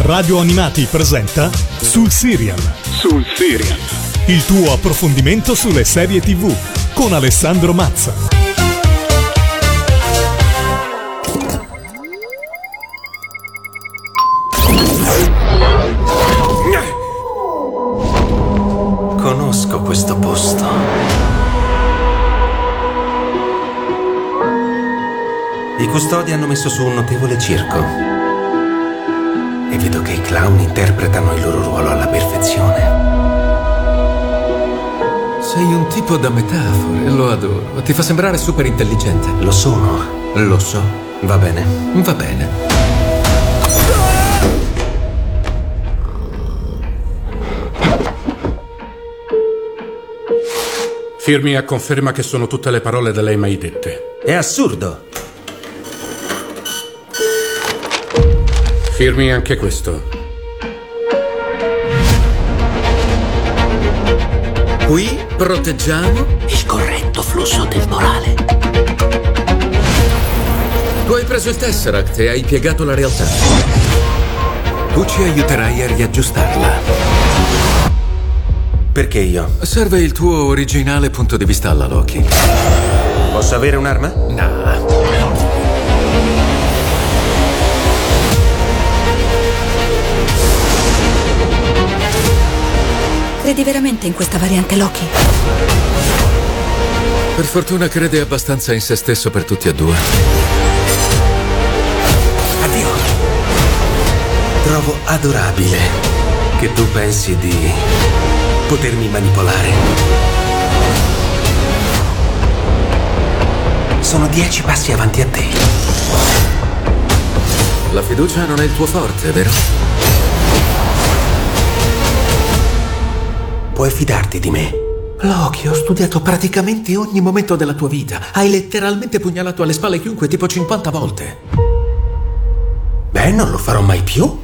Radio Animati presenta Sul Serial. Sul Serial. Il tuo approfondimento sulle serie TV con Alessandro Mazza. Conosco questo posto. I custodi hanno messo su un notevole circo. E vedo che i clown interpretano il loro ruolo alla perfezione. Sei un tipo da metafore, lo adoro. Ti fa sembrare super intelligente. Lo sono. Lo so. Va bene. Va bene. Firmi a conferma che sono tutte le parole da lei mai dette. È assurdo. Firmi anche questo. Qui proteggiamo il corretto flusso temporale. Tu hai preso il Tesseract e hai piegato la realtà. Tu ci aiuterai a riaggiustarla. Perché io? Serve il tuo originale punto di vista alla Loki. Posso avere un'arma? No. Credi veramente in questa variante Loki? Per fortuna crede abbastanza in se stesso per tutti e due. Addio. Trovo adorabile che tu pensi di potermi manipolare. Sono 10 passi avanti a te. La fiducia non è il tuo forte, vero? Puoi fidarti di me. Loki, ho studiato praticamente ogni momento della tua vita. Hai letteralmente pugnalato alle spalle chiunque tipo 50 volte. Beh, non lo farò mai più.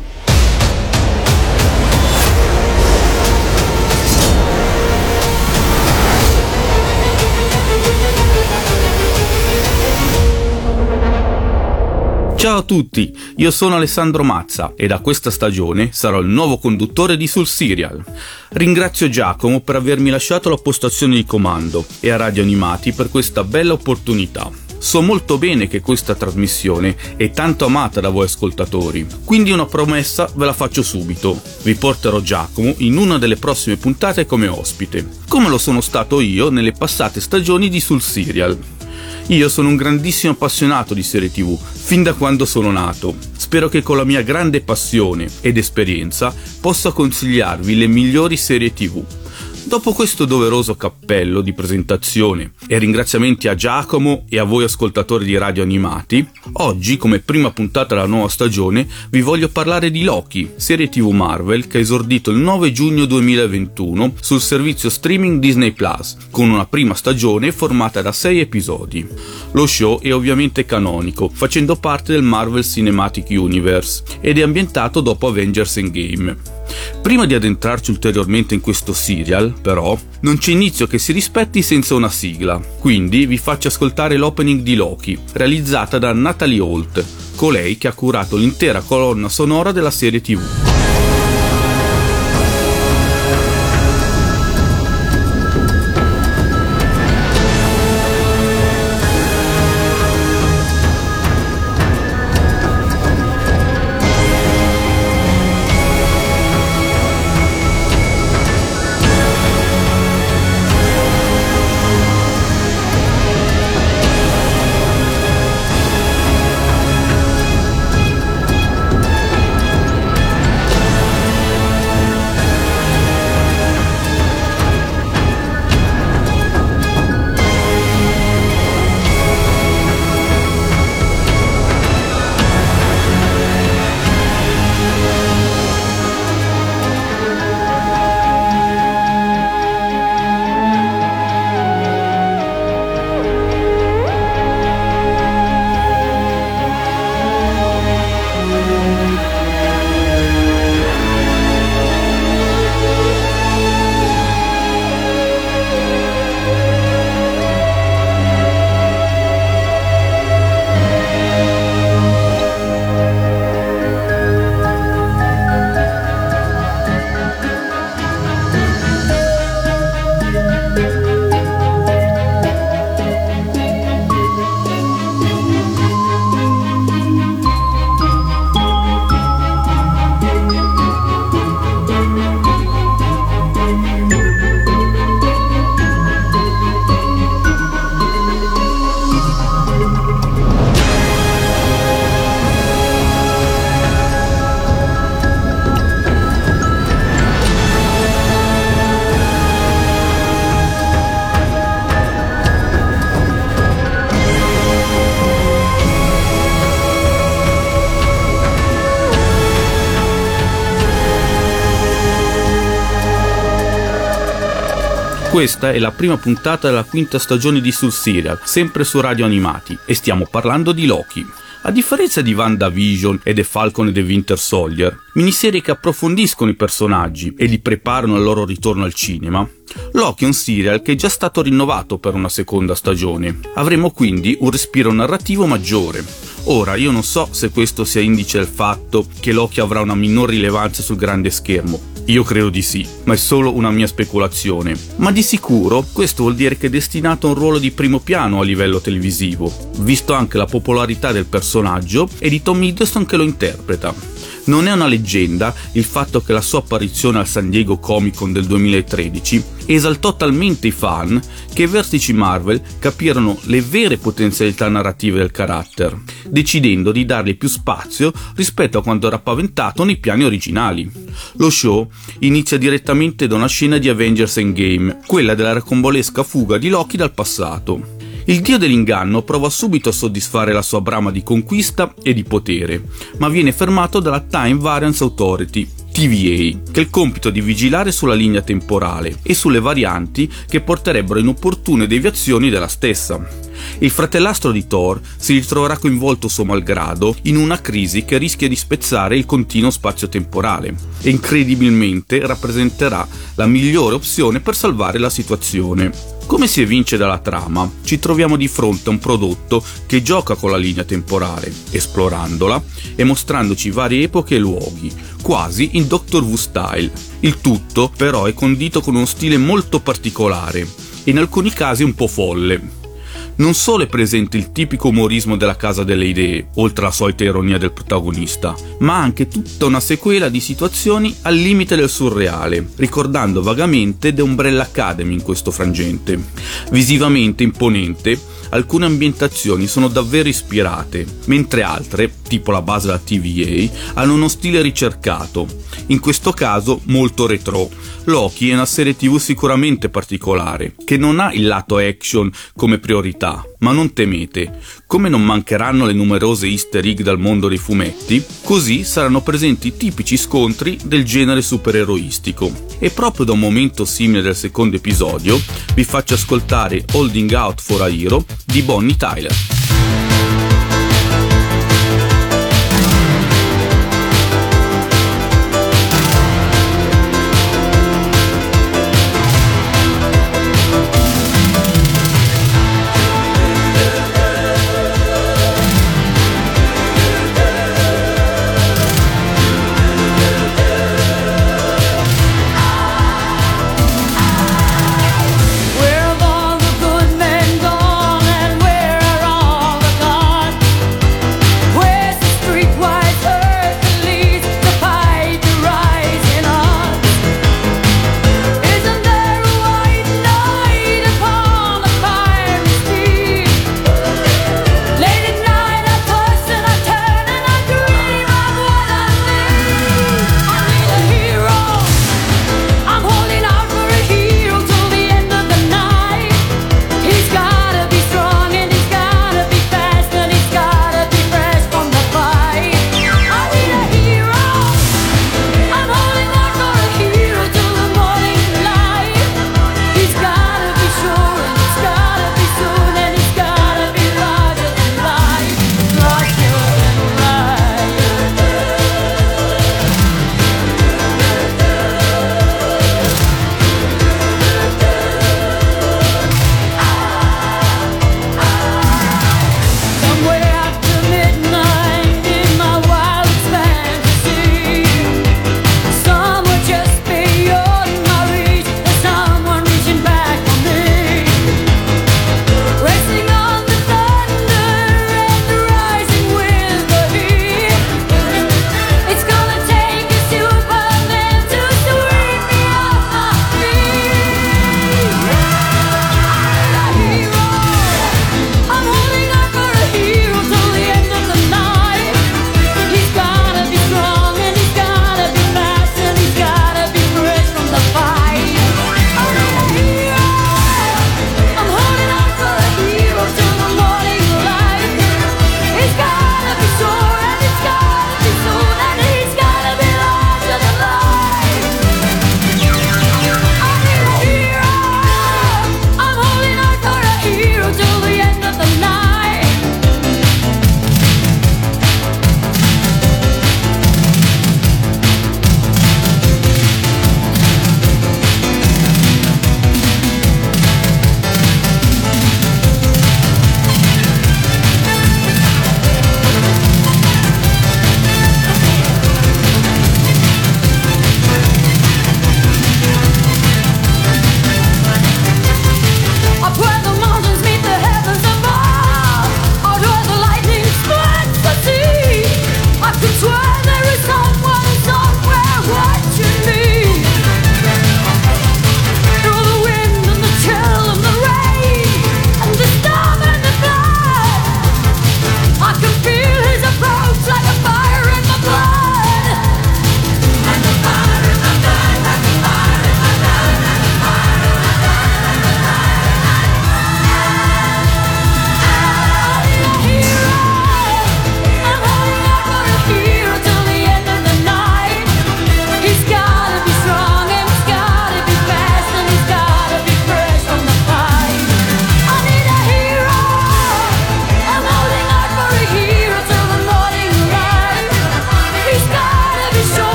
Ciao a tutti, io sono Alessandro Mazza e da questa stagione sarò il nuovo conduttore di Sul Serial. Ringrazio Giacomo per avermi lasciato la postazione di comando e a Radio Animati per questa bella opportunità. So molto bene che questa trasmissione è tanto amata da voi ascoltatori, quindi una promessa ve la faccio subito. Vi porterò Giacomo in una delle prossime puntate come ospite, come lo sono stato io nelle passate stagioni di Sul Serial. Io sono un grandissimo appassionato di serie TV, fin da quando sono nato. Spero che con la mia grande passione ed esperienza possa consigliarvi le migliori serie TV. Dopo questo doveroso cappello di presentazione e ringraziamenti a Giacomo e a voi ascoltatori di Radio Animati, oggi, come prima puntata della nuova stagione, vi voglio parlare di Loki, serie TV Marvel che ha esordito il 9 giugno 2021 sul servizio streaming Disney Plus, con una prima stagione formata da 6 episodi. Lo show è ovviamente canonico, facendo parte del Marvel Cinematic Universe ed è ambientato dopo Avengers Endgame. Prima di addentrarci ulteriormente in questo serial, però, non c'è inizio che si rispetti senza una sigla, quindi vi faccio ascoltare l'opening di Loki, realizzata da Natalie Holt, colei che ha curato l'intera colonna sonora della serie TV. Questa è la prima puntata della quinta stagione di Sul Serial, sempre su Radio Animati, e stiamo parlando di Loki. A differenza di WandaVision e The Falcon e The Winter Soldier, miniserie che approfondiscono i personaggi e li preparano al loro ritorno al cinema, Loki è un serial che è già stato rinnovato per una seconda stagione. Avremo quindi un respiro narrativo maggiore. Ora, io non so se questo sia indice del fatto che Loki avrà una minor rilevanza sul grande schermo. Io credo di sì, ma è solo una mia speculazione. Ma di sicuro questo vuol dire che è destinato a un ruolo di primo piano a livello televisivo, visto anche la popolarità del personaggio e di Tom Hiddleston che lo interpreta. Non è una leggenda il fatto che la sua apparizione al San Diego Comic Con del 2013 esaltò talmente i fan che i vertici Marvel capirono le vere potenzialità narrative del carattere, decidendo di dargli più spazio rispetto a quanto era paventato nei piani originali. Lo show inizia direttamente da una scena di Avengers Endgame, quella della rocambolesca fuga di Loki dal passato. Il dio dell'inganno prova subito a soddisfare la sua brama di conquista e di potere, ma viene fermato dalla Time Variance Authority, TVA, che ha il compito di vigilare sulla linea temporale e sulle varianti che porterebbero inopportune deviazioni della stessa. Il fratellastro di Thor si ritroverà coinvolto suo malgrado in una crisi che rischia di spezzare il continuo spazio-temporale e incredibilmente rappresenterà la migliore opzione per salvare la situazione. Come si evince dalla trama, ci troviamo di fronte a un prodotto che gioca con la linea temporale, esplorandola e mostrandoci varie epoche e luoghi, quasi in Doctor Who style. Il tutto però è condito con uno stile molto particolare e in alcuni casi un po' folle. Non solo è presente il tipico umorismo della Casa delle Idee, oltre alla solita ironia del protagonista, ma anche tutta una sequela di situazioni al limite del surreale, ricordando vagamente The Umbrella Academy in questo frangente. Visivamente imponente, alcune ambientazioni sono davvero ispirate, mentre altre, tipo la base della TVA, hanno uno stile ricercato, in questo caso molto retro. Loki è una serie TV sicuramente particolare, che non ha il lato action come priorità, ma non temete, come non mancheranno le numerose easter egg dal mondo dei fumetti, così saranno presenti i tipici scontri del genere supereroistico. E proprio da un momento simile del secondo episodio, vi faccio ascoltare Holding Out for a Hero di Bonnie Tyler. Where have all the good men gone, and where are all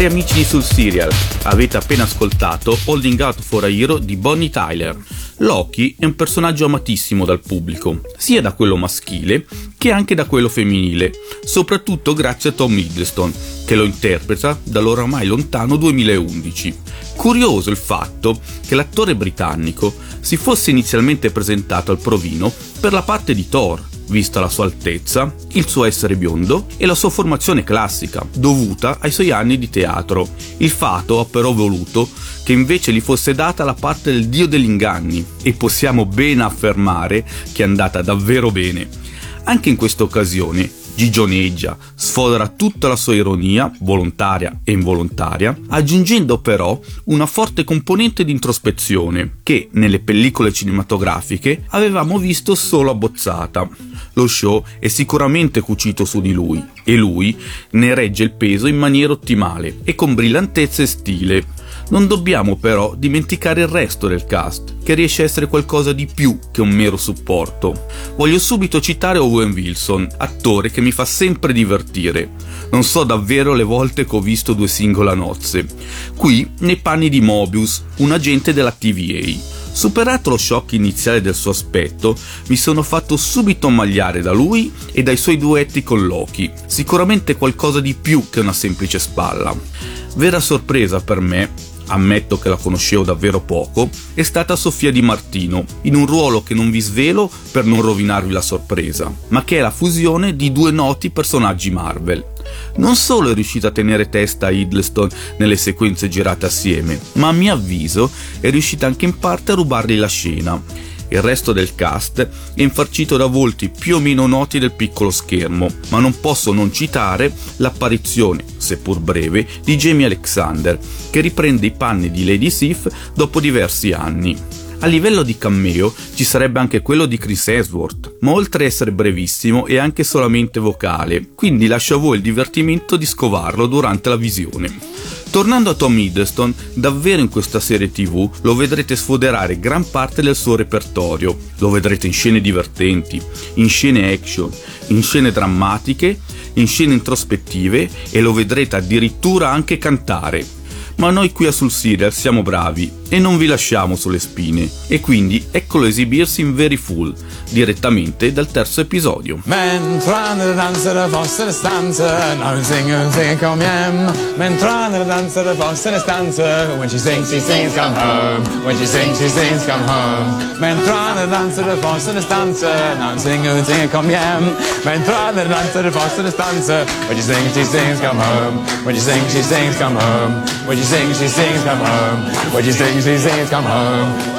Cari amici di Sul Serial, avete appena ascoltato Holding Out for a Hero di Bonnie Tyler. Loki è un personaggio amatissimo dal pubblico, sia da quello maschile che anche da quello femminile, soprattutto grazie a Tom Hiddleston, che lo interpreta dall'oramai lontano 2011. Curioso il fatto che l'attore britannico si fosse inizialmente presentato al provino per la parte di Thor, vista la sua altezza, il suo essere biondo e la sua formazione classica, dovuta ai suoi anni di teatro. Il fato ha però voluto che invece gli fosse data la parte del dio degli inganni, e possiamo ben affermare che è andata davvero bene. Anche in questa occasione gigioneggia, sfodera tutta la sua ironia, volontaria e involontaria, aggiungendo però una forte componente di introspezione che nelle pellicole cinematografiche avevamo visto solo abbozzata. Lo show è sicuramente cucito su di lui e lui ne regge il peso in maniera ottimale e con brillantezza e stile. Non dobbiamo però dimenticare il resto del cast, che riesce a essere qualcosa di più che un mero supporto. Voglio subito citare Owen Wilson, attore che mi fa sempre divertire. Non so davvero le volte che ho visto Due singole nozze. Qui nei panni di Mobius, un agente della TVA. Superato lo shock iniziale del suo aspetto, mi sono fatto subito ammagliare da lui e dai suoi duetti con Loki. Sicuramente qualcosa di più che una semplice spalla. Vera sorpresa per me, ammetto che la conoscevo davvero poco, è stata Sofia Di Martino, in un ruolo che non vi svelo per non rovinarvi la sorpresa, ma che è la fusione di due noti personaggi Marvel. Non solo è riuscita a tenere testa a Hiddleston nelle sequenze girate assieme, ma a mio avviso è riuscita anche in parte a rubargli la scena. Il resto del cast è infarcito da volti più o meno noti del piccolo schermo, ma non posso non citare l'apparizione, seppur breve, di Jamie Alexander, che riprende i panni di Lady Sif dopo diversi anni. A livello di cameo ci sarebbe anche quello di Chris Hemsworth, ma oltre a essere brevissimo è anche solamente vocale, quindi lascio a voi il divertimento di scovarlo durante la visione. Tornando a Tom Hiddleston, davvero in questa serie TV lo vedrete sfoderare gran parte del suo repertorio. Lo vedrete in scene divertenti, in scene action, in scene drammatiche, in scene introspettive e lo vedrete addirittura anche cantare. Ma noi qui a Sul Serial siamo bravi e non vi lasciamo sulle spine, e quindi eccolo esibirsi in Very Full, direttamente dal terzo episodio. Mentre danza le vostre stanze, non sing come hem. Mentre danza le vostre stanze, when she sings come home. When she sings come home. Mentre danza le vostre stanze, non sing come hem. Mentre danza le vostre stanze, when she sings come home. When she sings come home. When she sings come home. When she sings come home.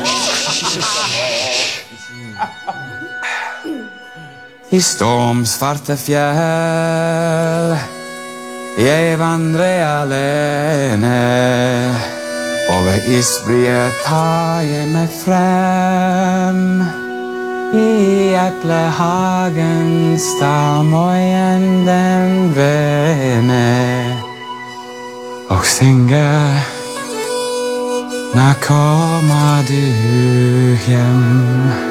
I stormsvarte fjell, jeg vandrer alene. Over isbryet tar jeg meg frem. I eplehagen står mojen den vene. Og synger, når kommer du hjem?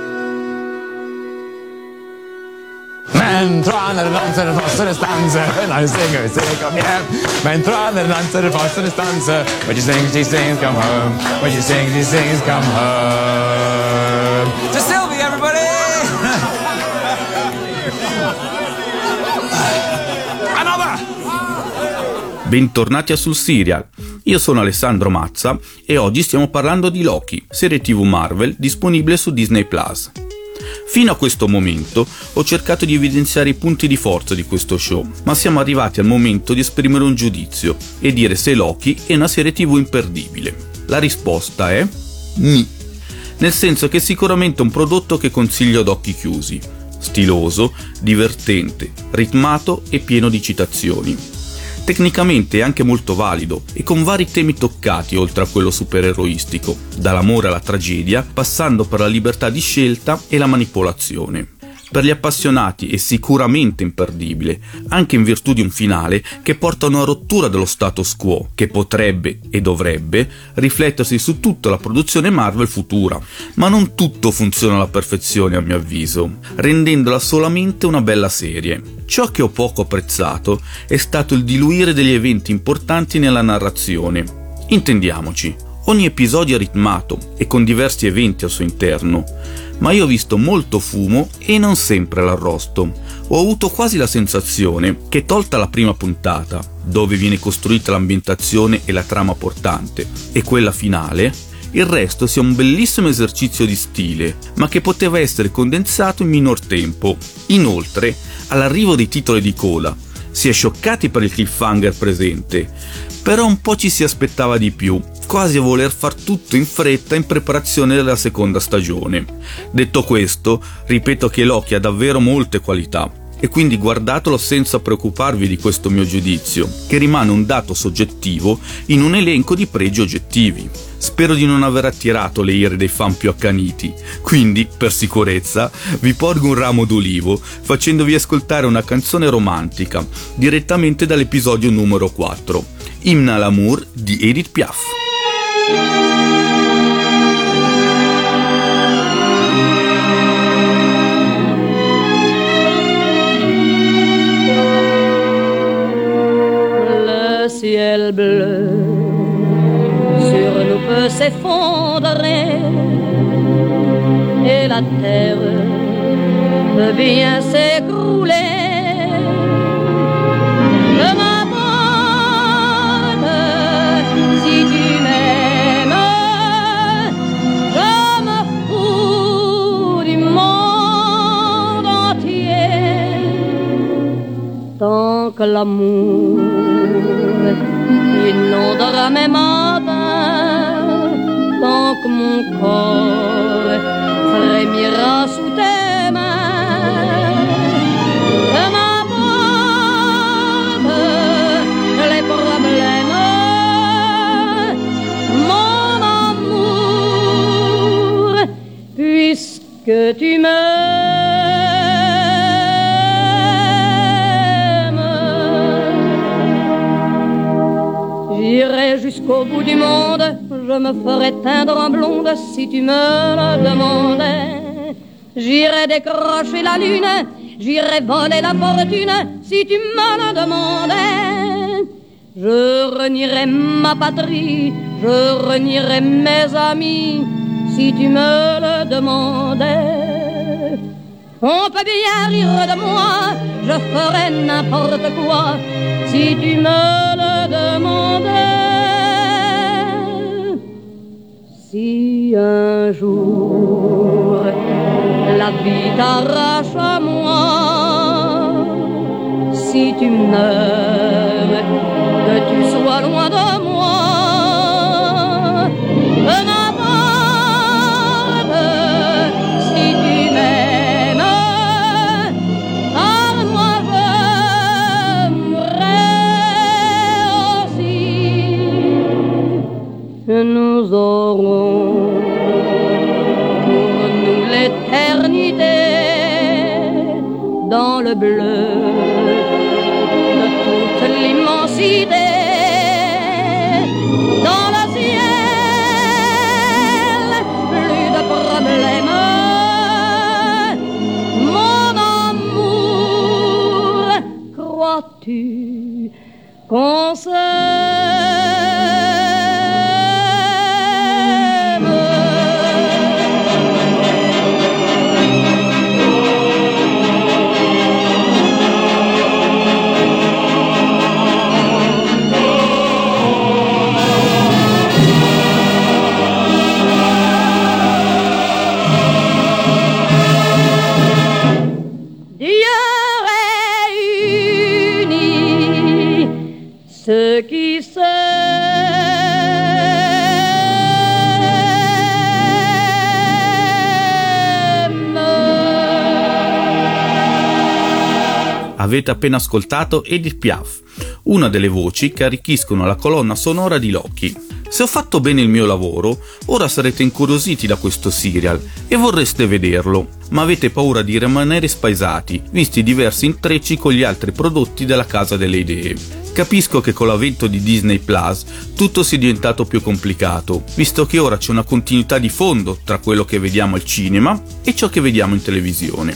Mentre danser le vostre stanze, non sing come hem. Mentre danser le vostre stanze, when she sings come home. When she sings come home. To Sylvie, everybody! Another! Bentornati a Sul Serial. Io sono Alessandro Mazza e oggi stiamo parlando di Loki, serie TV Marvel disponibile su Disney+. Fino a questo momento ho cercato di evidenziare i punti di forza di questo show, ma siamo arrivati al momento di esprimere un giudizio e dire se Loki è una serie TV imperdibile. La risposta è ni, nel senso che è sicuramente un prodotto che consiglio ad occhi chiusi, stiloso, divertente, ritmato e pieno di citazioni. Tecnicamente è anche molto valido e con vari temi toccati oltre a quello supereroistico, dall'amore alla tragedia, passando per la libertà di scelta e la manipolazione. Per gli appassionati è sicuramente imperdibile, anche in virtù di un finale che porta a una rottura dello status quo, che potrebbe e dovrebbe riflettersi su tutta la produzione Marvel futura. Ma non tutto funziona alla perfezione a mio avviso, rendendola solamente una bella serie. Ciò che ho poco apprezzato è stato il diluire degli eventi importanti nella narrazione. Intendiamoci, ogni episodio è ritmato e con diversi eventi al suo interno, ma io ho visto molto fumo e non sempre l'arrosto. Ho avuto quasi la sensazione che, tolta la prima puntata, dove viene costruita l'ambientazione e la trama portante, e quella finale, il resto sia un bellissimo esercizio di stile, ma che poteva essere condensato in minor tempo. Inoltre, all'arrivo dei titoli di coda, si è scioccati per il cliffhanger presente, però un po' ci si aspettava di più, quasi a voler far tutto in fretta in preparazione della seconda stagione. Detto questo, ripeto che Loki ha davvero molte qualità, e quindi guardatelo senza preoccuparvi di questo mio giudizio, che rimane un dato soggettivo in un elenco di pregi oggettivi. Spero di non aver attirato le ire dei fan più accaniti, quindi, per sicurezza, vi porgo un ramo d'olivo facendovi ascoltare una canzone romantica direttamente dall'episodio numero 4, Hymne à l'amour di Edith Piaf. Le ciel bleu sur nous peut s'effondrer et la terre peut bien s'écrouler. Je m'abandonne si tu m'aimes, je me fous du monde entier tant que l'amour inondera mes matins, tant que mon corps frémira sous tes mains. Je m'aborde les problèmes, mon amour, puisque tu J'irai jusqu'au bout du monde, je me ferai teindre en blonde si tu me le demandais. J'irai décrocher la lune, j'irai voler la fortune si tu me le demandais. Je renierai ma patrie, je renierai mes amis si tu me le demandais. On peut bien rire de moi, je ferai n'importe quoi si tu me le demandais. Si un jour la vie t'arrache à moi, si tu meurs, que tu sois loin de moi, je m'aborde si tu m'aimes, car moi je mourrai aussi. Nous aurons pour nous l'éternité dans le bleu de toute l'immensité, dans le ciel, plus de problèmes, mon amour, crois-tu qu'on ceux qui Avete appena ascoltato Edith Piaf, una delle voci che arricchiscono la colonna sonora di Loki. Se ho fatto bene il mio lavoro, ora sarete incuriositi da questo serial e vorreste vederlo, ma avete paura di rimanere spaesati, visti i diversi intrecci con gli altri prodotti della Casa delle Idee. Capisco che con l'avvento di Disney Plus tutto sia diventato più complicato, visto che ora c'è una continuità di fondo tra quello che vediamo al cinema e ciò che vediamo in televisione.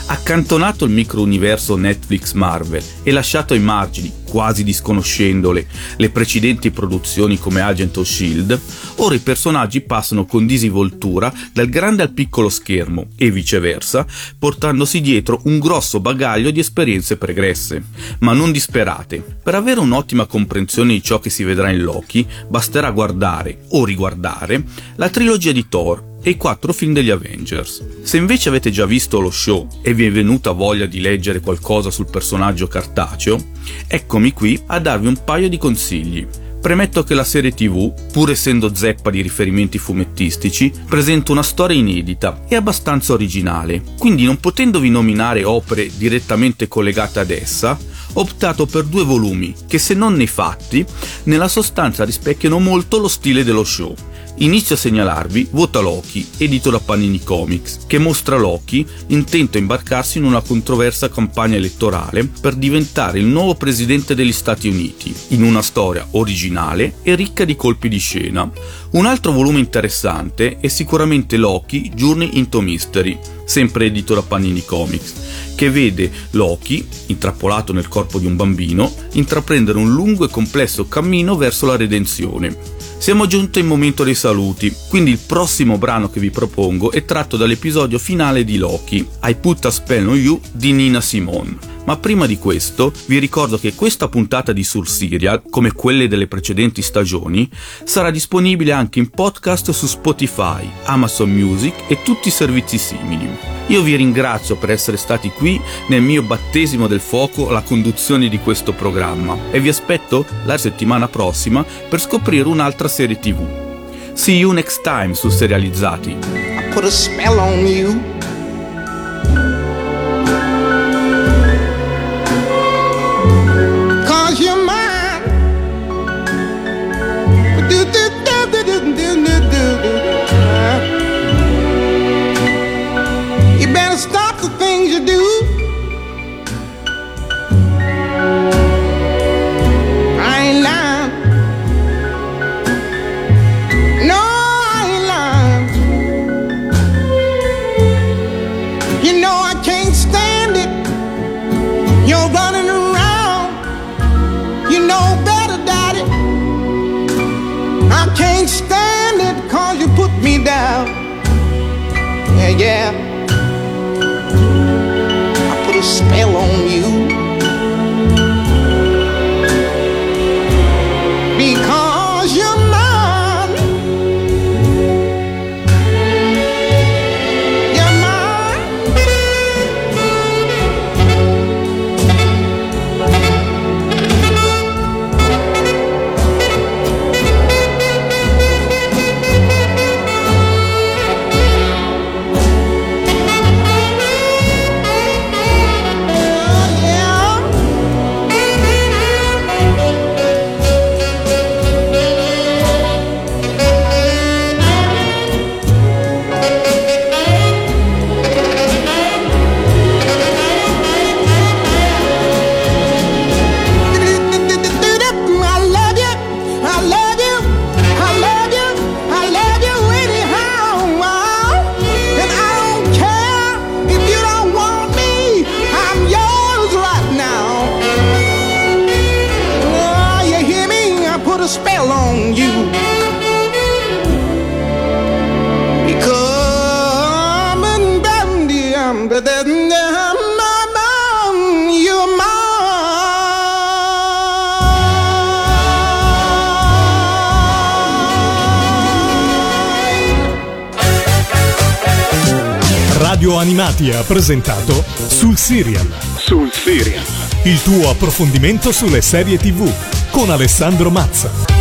Accantonato il microuniverso Netflix Marvel e lasciato ai margini, quasi disconoscendole, le precedenti produzioni come Agent of S.H.I.E.L.D., ora i personaggi passano con disinvoltura dal grande al piccolo schermo e viceversa, portandosi dietro un grosso bagaglio di esperienze pregresse. Ma non disperate, per avere un'ottima comprensione di ciò che si vedrà in Loki, basterà guardare o riguardare la trilogia di Thor e i 4 film degli Avengers. Se invece avete già visto lo show e vi è venuta voglia di leggere qualcosa sul personaggio cartaceo, eccomi qui a darvi un paio di consigli. Premetto che la serie TV, pur essendo zeppa di riferimenti fumettistici, presenta una storia inedita e abbastanza originale, quindi non potendovi nominare opere direttamente collegate ad essa, ho optato per 2 volumi che, se non nei fatti, nella sostanza rispecchiano molto lo stile dello show. Inizio a segnalarvi Vota Loki, edito da Panini Comics, che mostra Loki intento a imbarcarsi in una controversa campagna elettorale per diventare il nuovo presidente degli Stati Uniti, in una storia originale e ricca di colpi di scena. Un altro volume interessante è sicuramente Loki Journey into Mystery, sempre edito da Panini Comics, che vede Loki, intrappolato nel corpo di un bambino, intraprendere un lungo e complesso cammino verso la redenzione. Siamo giunti al momento dei saluti, quindi il prossimo brano che vi propongo è tratto dall'episodio finale di Loki, I Put a Spell on You di Nina Simone. Ma prima di questo vi ricordo che questa puntata di Sul Serial, come quelle delle precedenti stagioni, sarà disponibile anche in podcast su Spotify, Amazon Music e tutti i servizi simili. Io vi ringrazio per essere stati qui nel mio battesimo del fuoco alla conduzione di questo programma e vi aspetto la settimana prossima per scoprire un'altra serie TV. See you next time su Serializzati. I put a spell on you. Yeah, I put a spell on you because you're mine. You're mine. Spell on you because you're mine. Radio Animati ha presentato Sul Serial. Sul Serial. Il tuo approfondimento sulle serie TV con Alessandro Mazza.